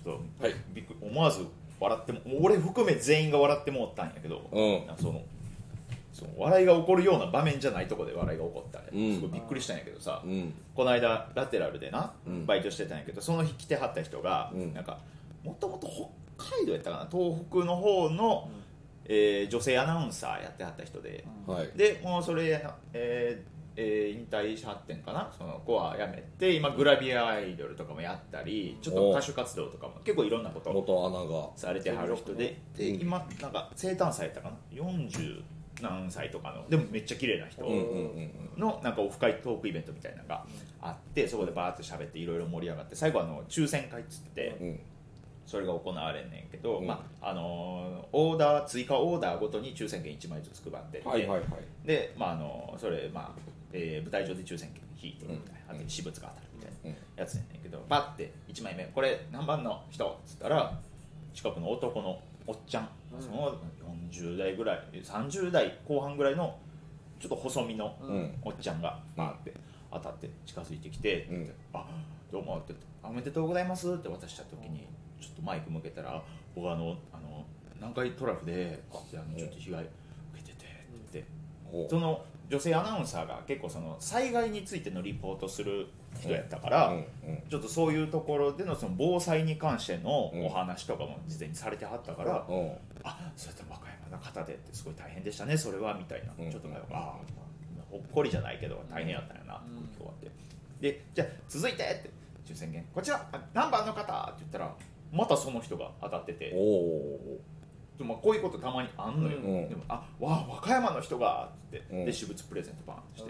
と、はい、思わず笑っても俺含め全員が笑ってもったんやけど、その笑いが起こるような場面じゃないところで笑いが起こったね、すごいびっくりしたんやけどさ、この間ラテラルでな、バイトしてたんやけどその日来てはった人が、なんかもともと北海道やったかな、東北の方の、女性アナウンサーやってはった人で、でもうそれ、引退しはってんかな、その子は辞めて今グラビアアイドルとかもやったりちょっと歌手活動とかも結構いろんなことをされてはる人で、今なんか生誕祭やったかな、40何歳とかのでもめっちゃ綺麗な人のなんかオフ会トークイベントみたいなのがあって、そこでバーって喋っていろいろ盛り上がって、最後抽選会っつってそれが行われんねんけど、オーダー追加オーダーごとに抽選券1枚ずつ配ってて、で、それ、舞台上で抽選券引いてみたいな、私物が当たるみたいなやつやねんけど、バッて1枚目これ何番の人っつったら近くの男のおっちゃん、その40代ぐらい30代後半ぐらいのちょっと細身のおっちゃんがバーって当たって近づいてきて、あ、どうもっておめでとうございますって渡した時にちょっとマイク向けたら、僕南海トラフでちょっと被害受けててって言って、その女性アナウンサーが結構その災害についてのリポートする人やったから、ちょっとそういうところでのその防災に関してのお話とかも事前にされてはったから、あ、そうやったら和歌山の方でってすごい大変でしたねそれはみたいな、ちょっとほっこりじゃないけど大変やったんやな、今日はって。で、じゃあ続いてって抽選券こちら何番の方って言ったらまたその人が当たってて、こういうことたまにあんのよ、でも和歌山の人がって言って、で私物プレゼントバーンってして、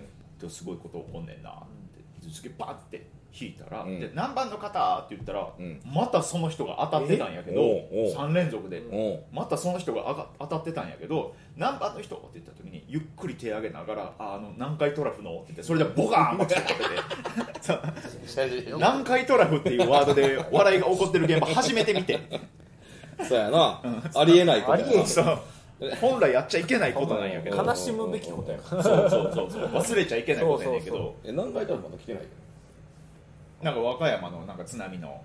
ですごいこと起こんねんなって次バーって引いたら、で何番の方って言ったら、またその人が当たってたんやけど、3連続でまたその人が当たってたんやけど、何番の人って言った時にゆっくり手上げながら南海トラフのって言って、それでボカーンって立てて南海トラフっていうワードで笑いが起こってる現場初めて見てそうやな、ありえないことやな、本来やっちゃいけないことなんやけど、 悲しむべきことやからそう忘れちゃいけないことやねんけど、 南海トラフまだ来てないけどなんか和歌山のなんか津波の、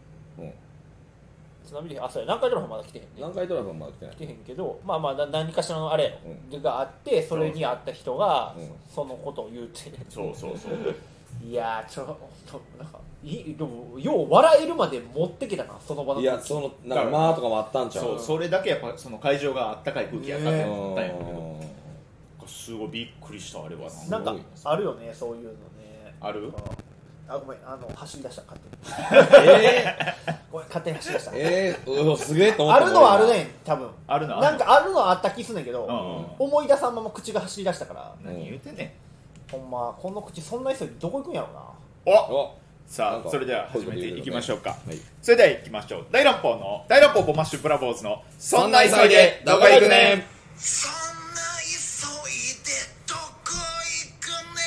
津波でそうや南海トラフまだ来てへんね、 南海トラフはまだ来てない、 来てへんけど、何かしらのあれがあって、それにあった人がそのことを言うて、 そういやちょっとなんかよう笑えるまで持ってきたな、その場の。 いや、そのなんかまあとかもあったんちゃう。 それだけやっぱその会場があったかい空気やったんやけど、すごいびっくりした。あれはなんかあるよね、そういうのね。 ある？ ごめん、走り出した勝手にごめん、勝手に走り出したすげえと思った。 あるのはあるねん、多分あるのなんかあるのはあった気すんねんけど、思い出さんまま口が走り出したから。 何言うてんねん、ほんまこの口そんな急いでどこ行くんやろうな。 おさあ、それでは始めていきましょうか。それでは行きましょう。大乱暴ボマッシュブラボーズのそんな急いでどこ行くねん。そんな急いでどこ行くね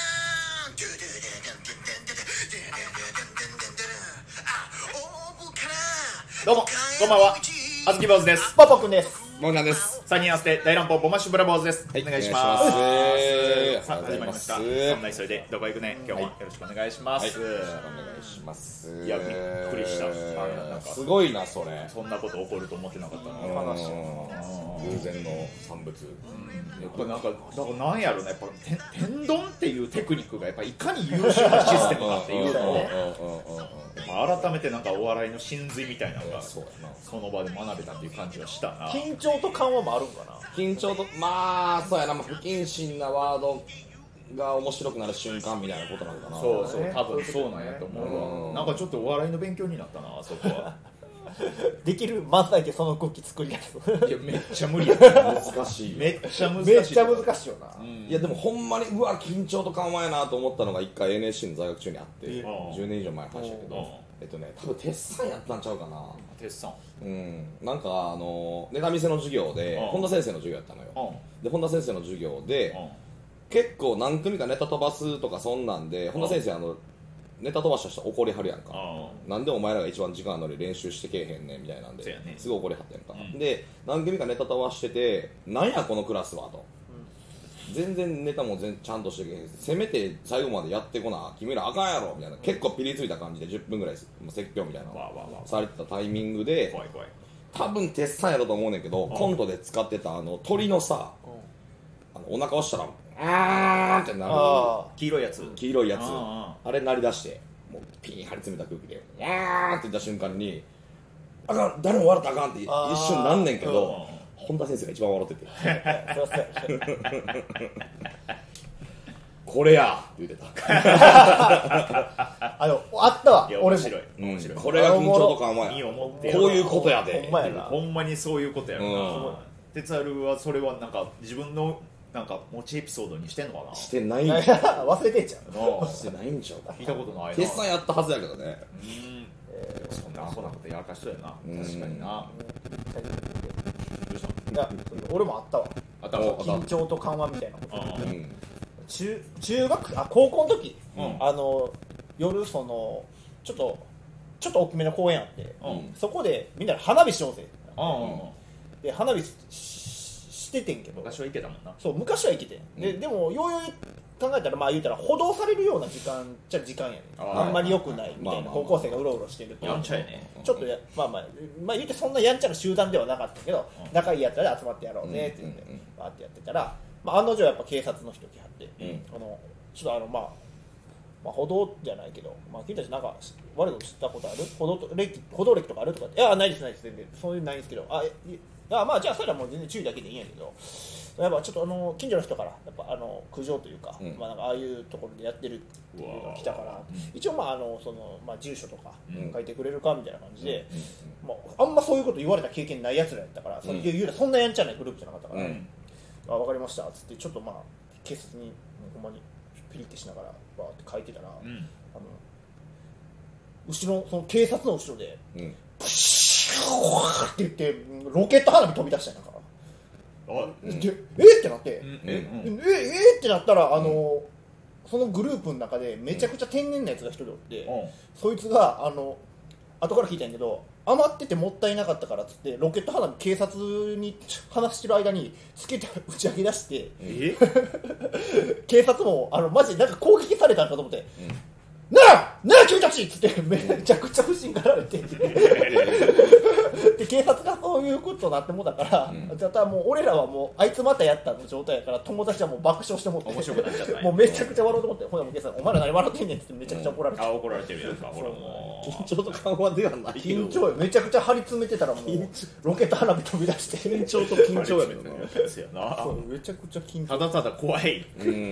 ん。どうもこんばんは、あずき坊主です。 パパくんです。 モンガンです。 3人合わせて大乱暴ボマッシュブラボーズです。お願いします。さあ始まりました。そんな急いでどこ行くねん。今日もよろしくお願いします。 お願いします。 いや、びっくりした。なんかすごいな、それ。 そんなこと起こると思ってなかったな。 話偶然の産物。 やっぱなんかなんやろな、やっぱ天丼っていうテクニックがやっぱいかに優秀なシステムかっていうのを改めてなんかお笑いの真髄みたいなのがその場で学べたっていう感じがしたな。 緊張と緩和もあるんかな。 緊張とそうやな、不謹慎なワードが面白くなる瞬間みたいなことなんかな。 そう多分そうなんやと思うわ。なんかちょっとお笑いの勉強になったな、そこは。 できる漫才でその空気作りやす。 いや、めっちゃ無理や。 難しい。 めっちゃ難しいよな。 いやでもほんまに緊張と緩和やなと思ったのが一回 NSC の在学中にあって10年以上前の話だけど、多分鉄さんやったんちゃうかな。 鉄さん。なんかネタ見せの授業で本田先生の授業やったのよ。で本田先生の授業で結構何組かネタ飛ばすとかそんなんで、本田先生ネタ飛ばした人怒りはるやんか。なんでお前らが一番時間あるのに練習してけえへんねんみたいなんですごい怒りはってんか。で何組かネタ飛ばしてて、なんやこのクラスはと。 全然ネタもちゃんとしてけへん、せめて最後までやってこな君らあかんやろみたいな、結構ピリついた感じで10分ぐらい説教みたいなされてたタイミングで、 怖い怖い、 多分鉄さんやろと思うねんけど、コントで使ってた鳥のさ、お腹押したらあーってなる黄色いやつ、 黄色いやつ、あれ鳴り出してもうピン張り詰めた空気であーって言った瞬間にあかん、誰も笑ったらあかんって一瞬なんねんけど、本田先生が一番笑っててこれやって言ってたあったわ、俺も面白い、面白い、 これが緊張とかお前こういうことやで、 ほんまやな、 ほんまにそういうことやな。哲治はそれはなんか自分のなんか持ちエピソードにしてんのかな。 してないんちゃ忘れてんじゃんうしてないんちゃうか聞いたことないな。 鉄さんやったはずやけどね。 そんなアホなことやらかしそうやな。確かにな。どうした？ いや俺もあったわ、緊張と緩和みたいなこと、中学高校の時、夜そのちょっと大きめの公園あって、そこでみんなで花火しようぜ、で花火しててんけど、 昔は行けたもんな。 そう昔は行けてん、でもようよう考えたら、まあ言うたら補導されるような時間じゃ時間やねん、あんまり良くないみたいな、高校生がうろうろしてると、 やんちゃやね。 ちょっとまあ言ってそんなやんちゃな集団ではなかったけど、仲いいやつらで集まってやろうねって言ってバーってやってたら、案の定やっぱ警察の人来はって、ちょっとまあ歩道じゃないけど、君たちなんか悪いこと知ったことある、歩道歴とかあるとかって、いやないですないです全然そういうのないんですけど、まあじゃあそれはもう全然注意だけでいいんやけど、やっぱちょっと近所の人からやっぱ苦情というか、なんかああいうところでやってるっていうのが来たから、一応住所とか書いてくれるかみたいな感じで、あんまそういうこと言われた経験ないやつらやったから、そんなやんちゃなグループじゃなかったから、分かりましたっつってちょっと警察にほんまにピリってしながらバーって書いてたら、後ろその警察の後ろで、プシューって言ってロケット花火飛び出したんやから、でってなって、ってなったらそのグループの中でめちゃくちゃ天然なやつが一人おって、そいつが後から聞いたんやけど、余っててもったいなかったからっつってロケット花火警察に話してる間につけて打ち上げ出して、警察もマジでなんか攻撃されたんかと思って、なあ君たちっつってめちゃくちゃ不審がられてで警察がそういうことになってもだから、だからもう俺らはもうあいつまたやったの状態やから、友達はもう爆笑してもって面白くなっちゃったもうめちゃくちゃ笑うと思って、ほらもう警察お前ら何笑ってんねんっつってめちゃくちゃ怒られて、 怒られてるやんか、ほらもう緊張と緩和ではないけど、 緊張よ、めちゃくちゃ張り詰めてたらもうロケット花火飛び出して緊張と緊張やけどなそうめちゃくちゃ緊張、 ただただ怖い。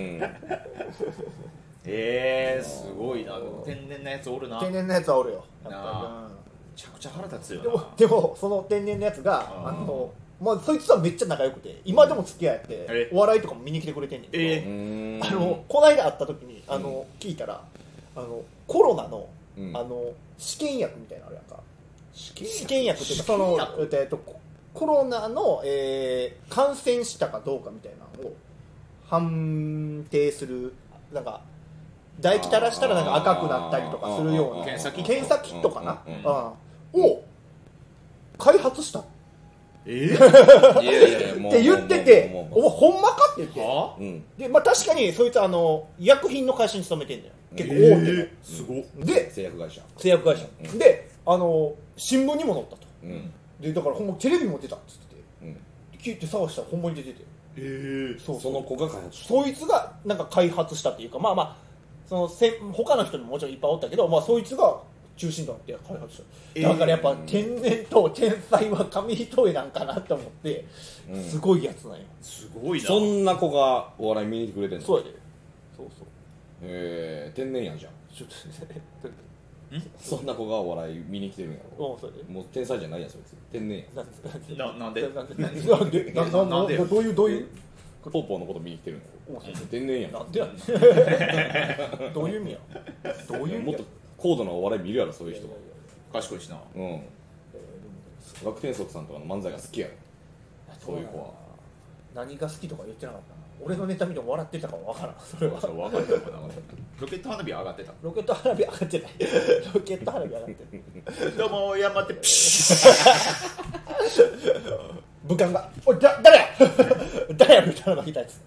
すごいな、天然なやつおるな。 天然なやつはおるよ、やっぱめちゃくちゃ腹立つよな。 でもその天然なやつがそいつはめっちゃ仲良くて今でも付き合いあってお笑いとかも見に来てくれてんねんけど、この間会った時に聞いたらコロナの試験薬みたいなのあるやんか、試験薬っていうかそのコロナの感染したかどうかみたいなのを判定する、なんか唾液垂らしたらなんか赤くなったりとかするような検査キットかな、を開発したって言ってて、おほんまかって言って、で確かにそいつ薬品の会社に勤めてんだよ、結構大手の、 すごで製薬会社で新聞にも載ったと、でだからほんまテレビも出たっつって聞いて探したらほんまに出てて、 その子が開発した、 そいつがなんか開発したっていうか、その他の人にももちろんいっぱいおったけど、そいつが中心となって開発した、だからやっぱ天然と天才は紙一重なんかなって思って、すごいやつなんよ、 すごいな。 そんな子がお笑い見に来てくれてんの。 そうやで、そう天然やんじゃん、 ちょっとそんな子がお笑い見に来てるんやろ、 そうやで、 もう天才じゃないやんそいつ、天然やん、 なんでどういうポーポーのこと見に来てるんやろ、天然やん、 なんでやねんどういう意味や、どういう意味や、 もっと高度なお笑い見るやろそういう人は。 賢いしな。 楽天則さんとかの漫才が好きやろそういう子は。 何が好きとか言ってなかったな、俺のネタ見ても笑ってたかもわからん、それは分かるのかな。ロケット花火上がってた。 ロケット花火上がってないロケット花火上がってるどうも山手ピシ武漢がおい誰や誰やみたいなのが来たやつ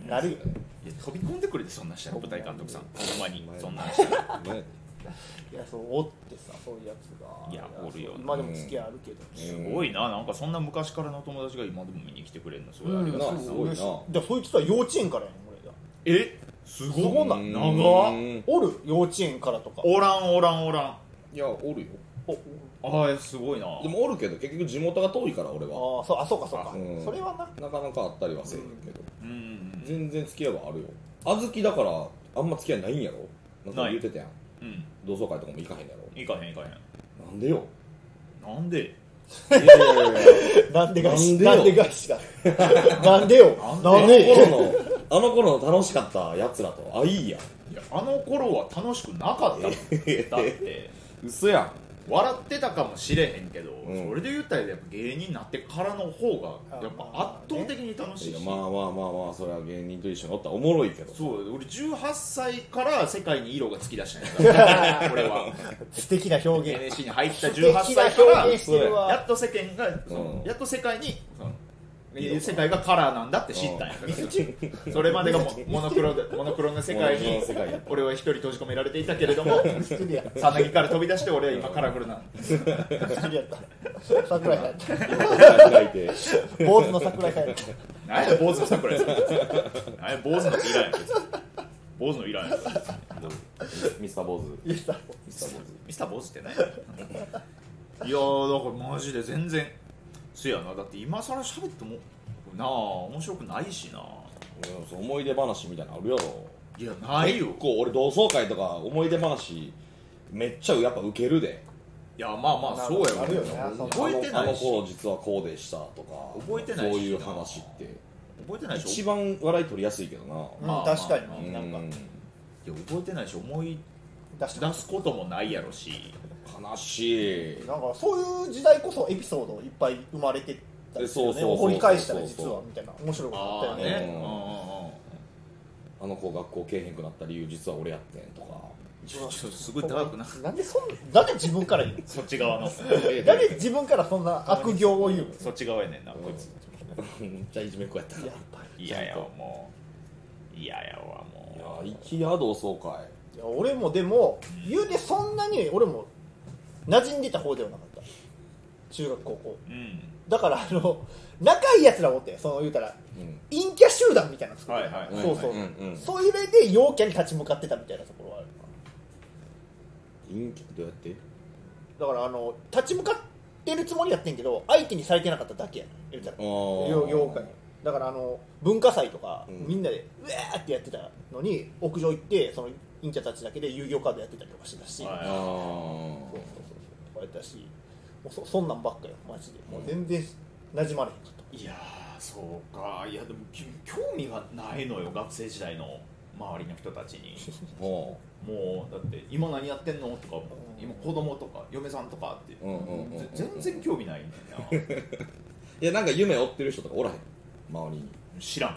なるよ。 いや飛び込んでくれてそんなしたら舞台監督さんほんまにそんなんしたらねいやそうおってさそういうやつがいやおるよ今でも付き合いあるけど、 すごいな、なんかそんな昔からの友達が今でも見に来てくれるのすごいありがたいです、 すごいな。 でそいつは幼稚園からやん俺がえすすごない長っおる幼稚園からとかおらんおらんおらんいやおるよ。 ああすごいなでもおるけど結局地元が遠いから俺はそうかそうか、 うんそれはななかなかあったりはせえへんけど、 うん全然付き合いはあるよ。あずきだからあんま付き合いないんやろ。なんか言うてたやん。 うん同窓会とかも行かへんやろ。 いかへんいかへんなんでよ。 なんでいやいやいやいやなんで返しなんでよ返しかなんでよなんであの頃の楽しかったやつらとあいいやん。 いやあの頃は楽しくなかったもんだって嘘やん。 笑ってたかもしれへんけど、 んそれで言ったらやっぱ芸人になってからの方がやっぱ圧倒的に楽しいし、 まあまあまあまあそれは芸人と一緒におったらおもろいけど。 そう俺18歳から世界に色が突き出したんやから俺は素敵な表現 NSC に入った素敵な 18歳から表現してるわやっと世間が、やっと世界に世界がカラーなんだって知ったんやからそれまでがモノクロの世界に俺は一人閉じ込められていたけれども失礼やさなぎから飛び出して俺は今カラフルな失礼やった桜井さんや開いてった坊主の桜井さんやった何や坊主の桜井さん何や坊主のっていらんやん別に坊主のいらんやんミスター坊主。 いやさミスター坊ミスター坊主って何やいやーだからマジで全然せやなだって今更喋ってもなあ面白くないしな主。思い出話みたいなのあるやろ。 いやないよ結構俺同窓会とか思い出話めっちゃやっぱウケるで。 いやまあまあそうやあるよね覚えてないしあの頃実はこうでしたとか覚えてないしそういう話って覚えてないし一番笑い取りやすいけどな。 うん確かになんかうんいや覚えてないし思い出し出すこともないやろし悲しい。 なんかそういう時代こそエピソードいっぱい生まれてたりするよねそう掘り返したら実はみたいな面白かったよねああねあの子学校けえへんくなった理由実は俺やってんとか。 ちょっとすごいダークななんでなんで自分から言うそっち側ののなんで自分からそんな悪行を言うのそっち側やねんなこいつめっちゃいじめっ子やったから。 やっぱり嫌やわもう嫌やわもいや行きや同窓会。 いや俺もでも言うてそんなに俺も馴染んでた方ではなかった中学高校ううんだから仲いいやつらおってその言うたらうん陰キャ集団みたいなの作ってたはいはいそうそう、 うんうんそういう例で陽キャに立ち向かってたみたいなところはある陰キャどうやってだから立ち向かってるつもりやってんけど相手にされてなかっただけやね言うたら妖怪だから文化祭とか、 うんみんなでうわーってやってたのに屋上行ってその陰キャたちだけで遊戯王カードやってたりとかしてたし、 はいそうそうそうそうやったしもうそんなんばっかよマジでもう全然馴染まれへんかったいやーそうかいやでも興味がないのよ学生時代の周りの人たちにほもうだって今何やってんのとか今子供とか嫁さんとかって、全然興味ないんだよないやなんか夢追ってる人とかおらへん周りに。 知らん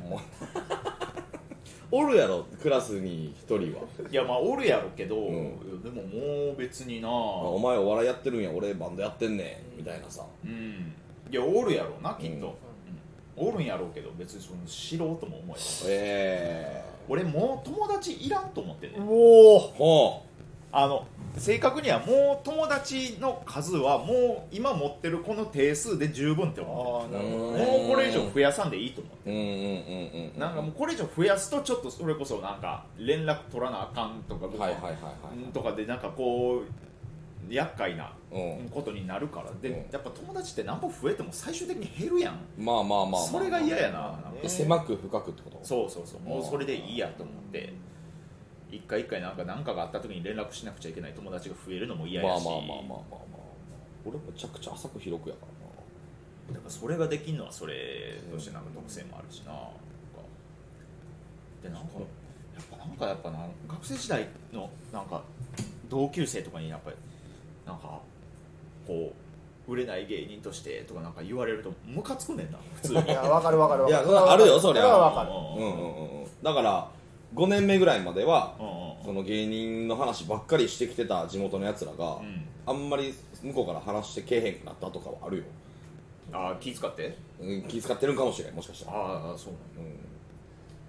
おるやろクラスに一人は。 いやまあおるやろけど、 んでももう別になお前お笑いやってるんや俺バンドやってんねんみたいなさ。 うんいやおるやろなきっと、おるんやろうけど別にその知ろうとも思えない俺もう友達いらんと思ってねおおほ正確にはもう友達の数はもう今持ってるこの定数で十分って思ってああなるほどねもうこれ以上増やさんでいいと思ってうなんかもうこれ以上増やすとちょっとそれこそなんか連絡取らなあかんとかはいはいはいはいとかでなんかこう厄介なうんことになるからで、 うんやっぱ友達って何歩増えても最終的に減るやんまあまあまあまあ、 それが嫌やななんか狭く深くってこと。 そうそうそうもうそれでいいやと思って一回一回なんかがあった時に連絡しなくちゃいけない友達が増えるのも嫌やしまあまあまあまあまあまあ俺めちゃくちゃ浅く広くやからな。 だからそれができるのはそれとしてなんか特性もあるしな、でやっぱな学生時代のなんか同級生とかにやっぱりなんかこう売れない芸人としてとかなんか言われるとムカつくねんな普通にいや分かる分かるいやそれはあるよそりゃは分かるだから5年目ぐらいまではうんうんその芸人の話ばっかりしてきてた地元のやつらが、 うんあんまり向こうから話してけえへんくなったとかはあるよ、 ああ気使って気遣ってるんかもしれんもしかしたら、 ああそううん、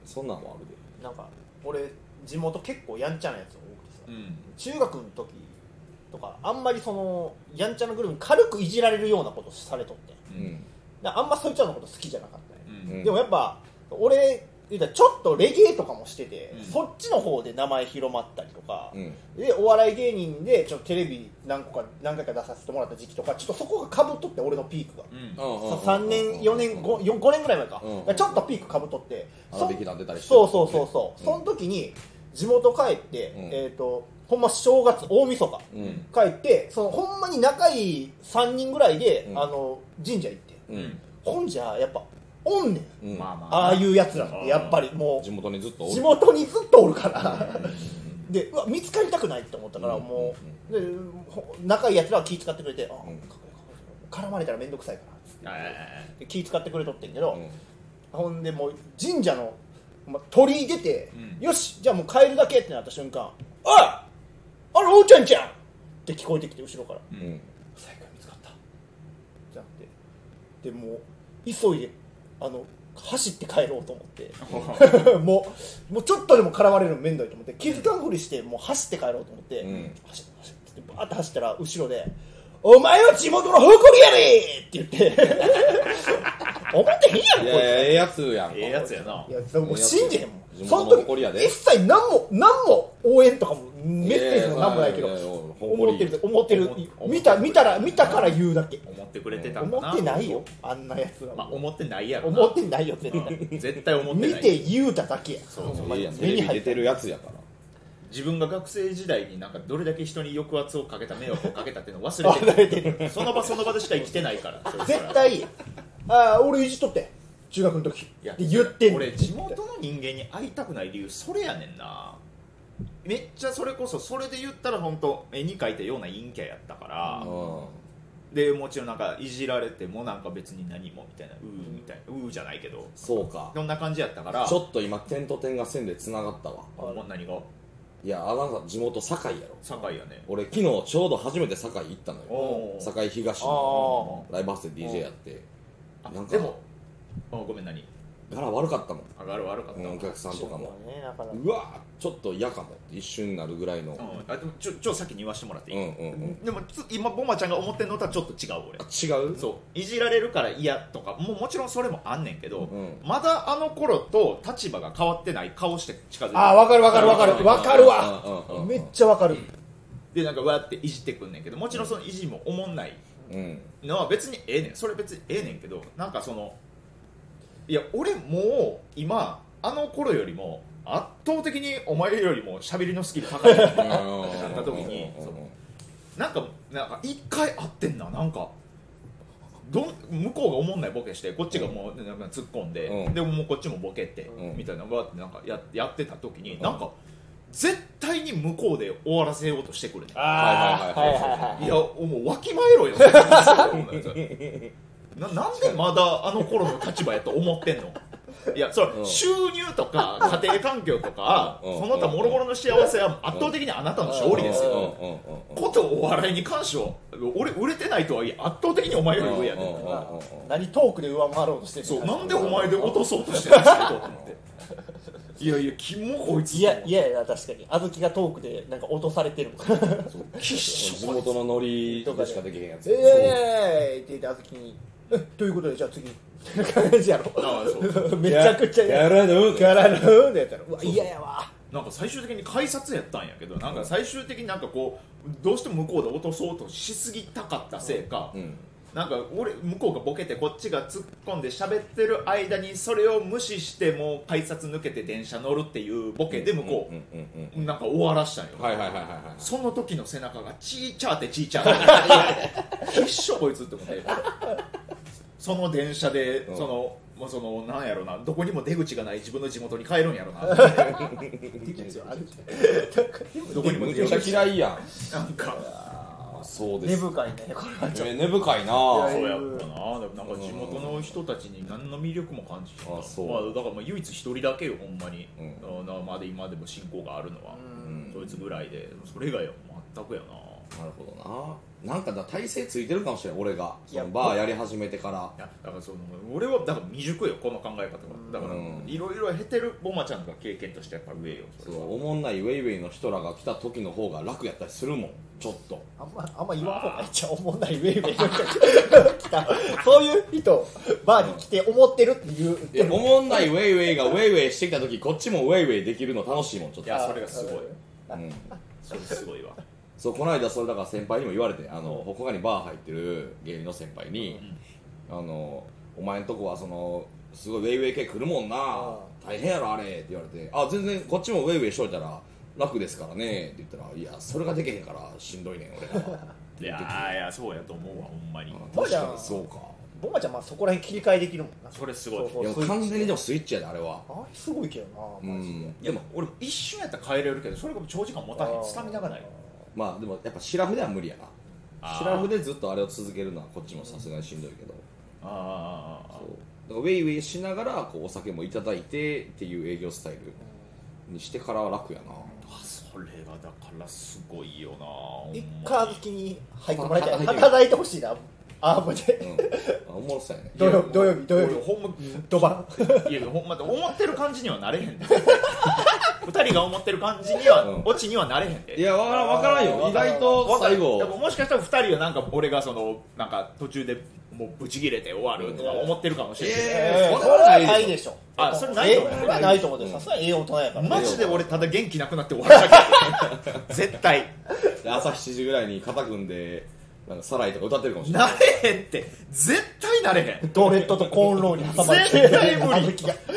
そんなんもあるで。 なんか俺地元結構やんちゃなやつ多くてさ、 うん中学の時とかあんまりそのやんちゃなグループに軽くいじられるようなことされとって、あんまそいつらのこと好きじゃなかったね、でもやっぱ俺言うたらちょっとレゲエとかもしてて、そっちの方で名前広まったりとか、でお笑い芸人でちょっとテレビ何回か出させてもらった時期とかちょっとそこがかぶっとって、俺のピークが、3年4年 5年ぐらい前か、ちょっとピークかぶっとって、 劇団出たりして、 そうその時に地元帰って、ほんま正月大晦日、帰ってそのほんまに仲いい3人ぐらいで、神社行って、ほんじゃやっぱおんねん、ああいうやつらってやっぱりもう地元にずっとおるからでうわ見つかりたくないって思ったから、もうで仲いいやつらは気使ってくれて、絡まれたら面倒くさいからって気使ってくれとってんけど、ほんでもう神社の鳥居出て、よしじゃあもう帰るだけってなった瞬間、おいあれおうちゃんちゃんって聞こえてきて後ろから、最下位見つかったじゃなくて、でもう急いで走って帰ろうと思ってもうちょっとでも絡まれるの面倒いと思って気づかんふりしてもう走って帰ろうと思って、走ってバーって走ったら後ろで「お前は地元の誇りやで!」って言って思ってへんやろこいつ。 いやええやつやんか。 ええやつやな。 いやもう信じへんもん。 地元の誇りやで。 一切何も応援とかもメッセージも何もないけど、思ってる見たから言うだけ。 思ってくれてたんだな。 思ってないよあんなやつら。 まあ思ってないやろな。 思ってないよ絶対思ってない。 見て言うただけや。 そういやテレビ出てるやつやから。 自分が学生時代になんかどれだけ人に抑圧をかけた迷惑をかけたっていうのを忘れてるその場その場でしか生きてないから絶対俺いじっとって中学の時って言ってん俺地元の人間に会いたくない理由それやねんな。めっちゃそれこそそれで言ったら本当絵に描いたような陰キャやったから、でもちろんなんかいじられてもなんか別に何もみたいなみたいなじゃないけど、 そうかそんな感じやったから、 ちょっと今点と点が線でつながったわ。 何がいやあなた地元堺やろ。 堺やね。 俺昨日ちょうど初めて堺行ったのよ。堺東のライブハウスで DJ やって、 なんかでもごめん何柄悪かったもん。 悪かった、 お客さんとかも、 ね、 うわちょっと嫌かもって一瞬になるぐらいの、 でもちょ先に言わせてもらっていい、でも今ボマちゃんが思ってるのとはちょっと違う。俺違う。 そういじられるから嫌とかもちろんそれもあんねんけど、まだあの頃と立場が変わってない顔して近づいてわかるわめっちゃわかる。 でなんかわーっていじってくんねんけど、もちろんそのいじりもおもんないのは別にええねん。それ別にええねんけど、なんかそのいや俺もう今あの頃よりも圧倒的にお前よりも喋りのスキル高いなった時になんか一回会ってんな。なんか向こうがおもんないボケしてこっちがもうなんか突っ込んで、でもうこっちもボケて、みたいなわってなんかやってた時に、なんか絶対に向こうで終わらせようとしてくるね。いやもうわきまえろよなんでまだあの頃の立場やと思ってんの。いやそれ収入とか家庭環境とかその他もろもろの幸せは圧倒的にあなたの勝利ですよ。ことお笑いに関しては俺売れてないとはいえ圧倒的にお前より上やねん。 何トークで上回ろうとしてる。 そうなんでお前で落とそうとしてるんですかと思って。いやキモこいつ。 いや確かにあずきがトークでなんか落とされてるもん地元のノリでしかできへんやつ。 って言ってあずきにということでじゃあ次感じやろ。めちゃくちゃやらぬでやったらうわ嫌やわ。 なんか最終的に改札やったんやけど、なんか最終的になんかこうどうしても向こうで落とそうとしすぎたかったせいか、なんか向こうがボケてこっちが突っ込んで喋ってる間にそれを無視してもう改札抜けて電車乗るっていうボケで向こうなんか終わらしたんよ。その時の背中がチーチャーってチーチャー必勝こいつって思って、その電車でそのなんやろな、どこにも出口がない自分の地元に帰るんやろなどこにも出口嫌いやん。 なんかそうです。 根深いねこれは。 根深いな。 そうやったな。なんか地元の人たちに何の魅力も感じてた。だから唯一一人だけよほんまに、まだ今でも親交があるのは、そいつぐらいで、それ以外は全くやな。 なるほどな。なんか体勢ついてるかもしれない俺がそのバーやり始めてから。 いやだから俺はだから未熟よこの考え方は。だからいろいろ経てるボマちゃんが経験としてやっぱ上よ。 そうおもんないウェイウェイの人らが来た時の方が楽やったりするもん。ちょっとあんま言わん方がいいっちゃ思んないウェイウェイの人が来たそういう人バーに来て思ってるっていういやおもんないウェイウェイがウェイウェイしてきた時こっちもウェイウェイできるの楽しいもんちょっと。 いやそれがすごい、それすごいわ。 そうこの間それだから先輩にも言われて他にバー入ってる芸人の先輩に、お前んとこはすごいウェイウェイ系来るもんな大変やろあれって言われて全然こっちもウェイウェイしといたら楽ですからねって言ったらいやそれができへんからしんどいねん俺らいやそうやと思うわほんまに。 確かにそうか。 ボマちゃんそこら辺切り替えできるもんな。 それすごい。 いや完全にでもスイッチやであれは。 あれすごいけどなマジで。 でも俺一瞬やったら帰れるけどそれが長時間持たへんスタミナがない。 まあでもやっぱシラフでは無理やな。シラフでずっとあれを続けるのはこっちもさすがにしんどいけど。そうだからウェイウェイしながらお酒もいただいてっていう営業スタイルにしてからは楽やな。 それがだからすごいよな。 一回好きに入ってもらいたい。働いてほしいな。アームで、 おもろそうやね。 土曜日ほんまドバン。いやほんま思ってる感じにはなれへんで。2人が思ってる感じにはオチにはなれへんで。 いや分からんよ。意外と最後もしかしたら2人はなんか俺がなんか途中でもうブチ切れて終わるとか思ってるかもしれない。 それはないでしょ。 それないと思う。 ないと思うでさすがに大人やから。 マジで俺ただ元気なくなって終わるだけ。絶対。 朝7時ぐらいに肩組んでなんかサライとか歌ってるかもしれない。 なれへんって絶対なれへん。 ドレッドとコーンローに挟まれて絶対無理。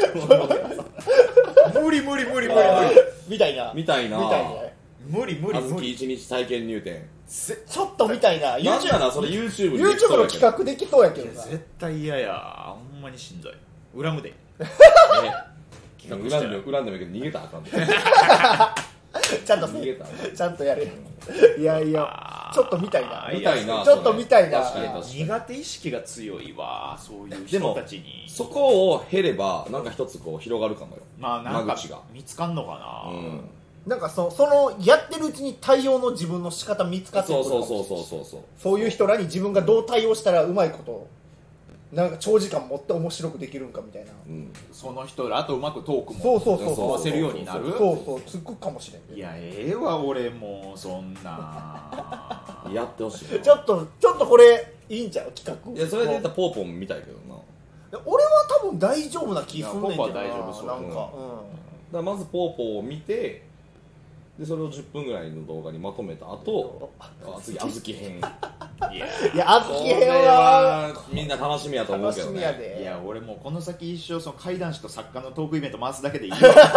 無理みたいな無理あずき1日体験入店ちょっとみたいな。 なんならそれ YouTube の企画できそうやけどな。 絶対嫌や。ほんまにしんどい。恨むで。 恨んでもいいけど逃げたらあかんで。 ちゃんと逃げたちゃんとやれ。いやちょっと見たいな。 ちょっと見たいな。 苦手意識が強いわ。そういう人たちに。 そこを経ればなんか一つ広がるかもよ。 まあなんか見つかんのかな。 なんかそのやってるうちに対応の自分の仕方見つかってくるかもしれない。そういう人らに自分がどう対応したらうまいことなんか長時間持って面白くできるんかみたいな、 その人らとうまくトークも飛ばせるようになる。 そうつくかもしれん。 いやわ俺もうそんなやってほしい。 ちょっとこれいいんちゃう企画。 いやそれで言ったらポーポーも見たいけどな。 俺は多分大丈夫な気すんねんけどな。 ポーポーは大丈夫そう。 なんかだからまずポーポーを見てでそれを10分ぐらいの動画にまとめた後次あずき編。 いやあずき編はみんな楽しみやと思うけどね。 いや俺もうこの先一生怪談師と作家のトークイベント回すだけでいいわ。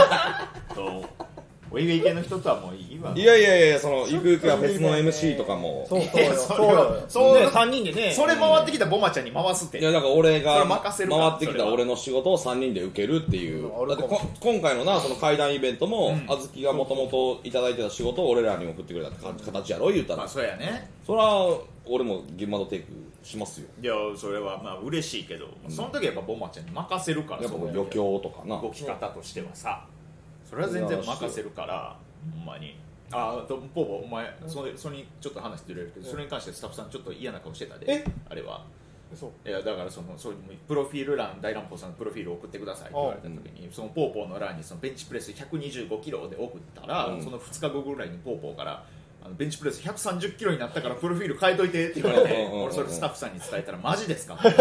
ウェイウェイ系の人とはもういいわ。 いやそのゆくゆくはフェスの MC とかもそう3人でねそれ回ってきたボマちゃんに回すって。 いやだから俺が回ってきた俺の仕事を3人で受けるっていう。だって今回のその怪談イベントもあずきがもともといただいてた仕事を俺らに送ってくれたって形やろ言うたら。 そうやね。 それは俺も現場のテイクしますよ。 いやそれはまあ嬉しいけどその時はやっぱボマちゃんに任せるから。 やっぱ余興とかな動き方としてはさそれは全然任せるからほんまに。あとポーポーお前それにちょっと話してくれるけどそれに関してスタッフさんちょっと嫌な顔してたで。あれは。いやだからそうプロフィール欄大乱暴さんのプロフィール送ってくださいって言われた時にそのポーポーの欄にそのベンチプレス125キロで送ったらその2日後ぐらいにポーポーからベンチプレス130キロになったからプロフィール変えといてって言われて俺それスタッフさんに伝えたらマジですかって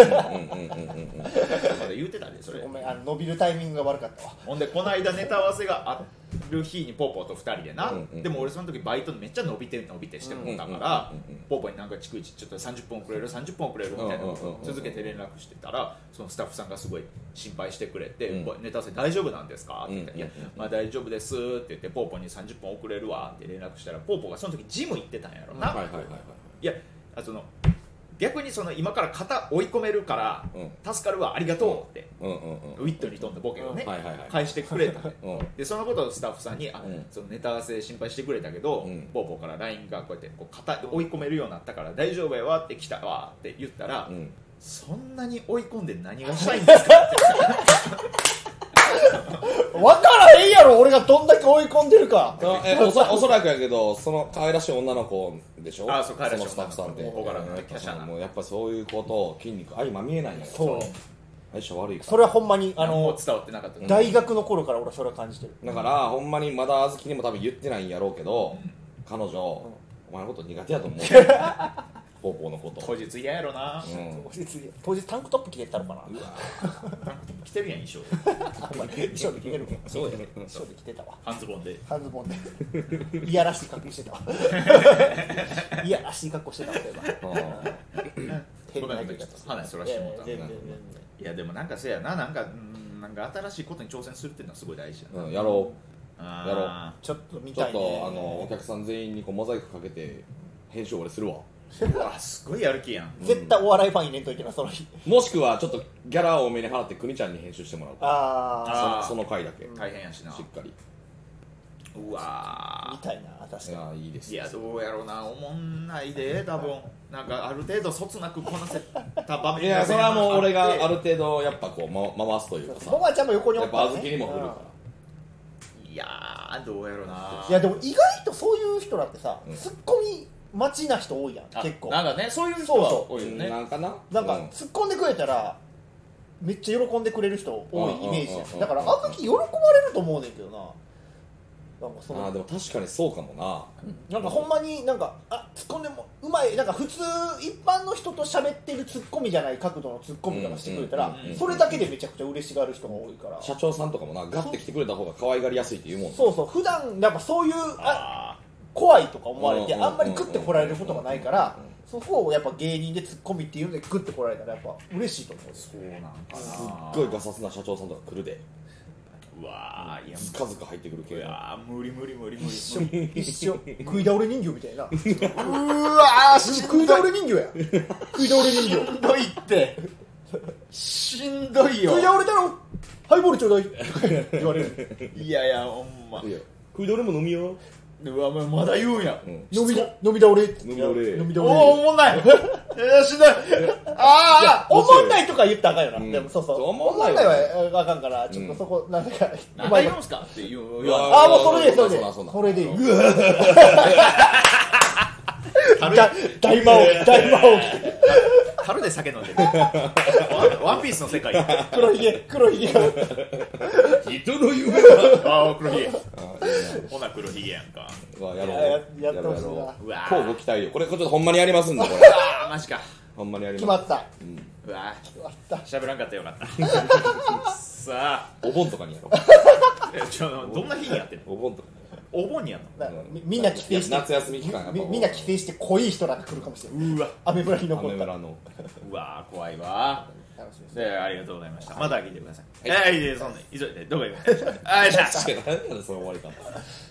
言うてたでそれ。 ごめん伸びるタイミングが悪かったわ。 ほんでこの間ネタ合わせがある日にポーポーと2人でなでも俺その時バイトめっちゃ伸びてしてもんだからポーポーになんか逐一ちょっと30分遅れるみたいなのを続けて連絡してたらそのスタッフさんがすごい心配してくれてネタ合わせ大丈夫なんですかって言っていやまあ大丈夫ですって言ってポーポーに30分遅れるわって連絡したらポーポーがその時ジム行ってたんやろな。いや逆に今から肩追い込めるから助かるわありがとうってウィットに飛んだボケをね返してくれたでそのことをスタッフさんにそのネタ合わせ心配してくれたけどポーポーから LINE がこうやって肩追い込めるようになったから大丈夫やわって来たわって言ったらそんなに追い込んで何がしたいんですかって分からへんやろ俺がどんだけ追い込んでるか。 おそらくやけどその可愛らしい女の子でしょ。 そう可愛らしいそのスタッフさんってもうやっぱそういうことを筋肉相まみえないんやよ。 そう相性悪いから。 それはほんまにもう伝わってなかった。 大学の頃から俺はそれは感じてる。 だからほんまにまだあずきにも多分言ってないんやろうけど、彼女お前のこと苦手やと思う。ポーポーのこと。 当日嫌やろな。 当日タンクトップ着てたのかな。 着てるやん衣装。 衣装で着てる。 そうや。 衣装で着てたわ。 半ズボンで。 半ズボンで。いやらしい格好してたわ。いやらしい格好してたわ。 ごめん話そらしてもらった。いやでもなんかせやな、なんか新しいことに挑戦するっていうのはすごい大事やな。 やろう。 ちょっと見たいね。 ちょっとお客さん全員にこうモザイクかけて編集俺するわ。 うわすごいやる気やん。 絶対お笑いファン入れんといてなその日。 もしくはちょっとギャラ多めに払ってくにちゃんに編集してもらう。その回だけ大変やしな。 しっかり。 うわ見たいな確かに。いいです。 いやどうやろうな、おもんないで多分。なんかある程度そつなくこなせた場面。 いやそれはもう俺がある程度やっぱこう回すというかさ。 ボマちゃんも横におったやっぱあずきにも振るから。 いやどうやろうな。 いやでも意外とそういう人だってさ、ツッコミ待ちな人多いやん結構。 なんかねそういう人は多いよね。 なんか突っ込んでくれたらめっちゃ喜んでくれる人多いイメージやん。だからあずき喜ばれると思うねんけどな。 でも確かにそうかもな。 なんかほんまになんかツッコんでもうまい。なんか普通一般の人と喋ってるツッコミじゃない角度のツッコミとかしてくれたらそれだけでめちゃくちゃ嬉しがる人が多いから。 社長さんとかもなガッて来てくれた方が可愛がりやすいって言うもんね。 そう普段やっぱそういう怖いとか思われてあんまりグッて来られることがないからそこをやっぱ芸人でツッコミっていうのでグッて来られたらやっぱ嬉しいと思う。 そうなんかな。 すっごいガサツな社長さんとか来るで。 うわいやずかずか入ってくる系。 いや無理一緒食い倒れ人形みたいな。うわ食い倒れ人形や。食い倒れ人形しんどいってしんどいよ。 食い倒れたのハイボールちょうだい言われる。 いやほんま食い倒れも飲みよ。 うわまだ言うんや。 飲み倒れおもんない。しんどい。 おもんないとか言ったらあかんよな。でもそうおもんないはあかんからちょっとそこなんか何回言うんすかって言う。 もうそれでいい。大魔王樽で酒飲んでる。ワンピースの世界。 黒ひげ人の夢は黒ひげ。ほな黒ひげやんか。 やってほしいな。 こうご期待よ。これちょっとほんまにやりますんでこれ。 マジか。 ほんまにやり決ます。 まった。 うわ喋らんかったよかった。さあお盆とかにやろう。どんな日にやってんの？ お盆とか。 お盆にやんの？ みんな帰省して夏休み期間みんな帰省して濃い人らが来るかもしれない。 うわ雨村に残った。 うわ怖いわ。 楽しみです。 ありがとうございました。また聞いてください。そんな急いでどこ行く？あいしゃ。 何やねんその終わり方。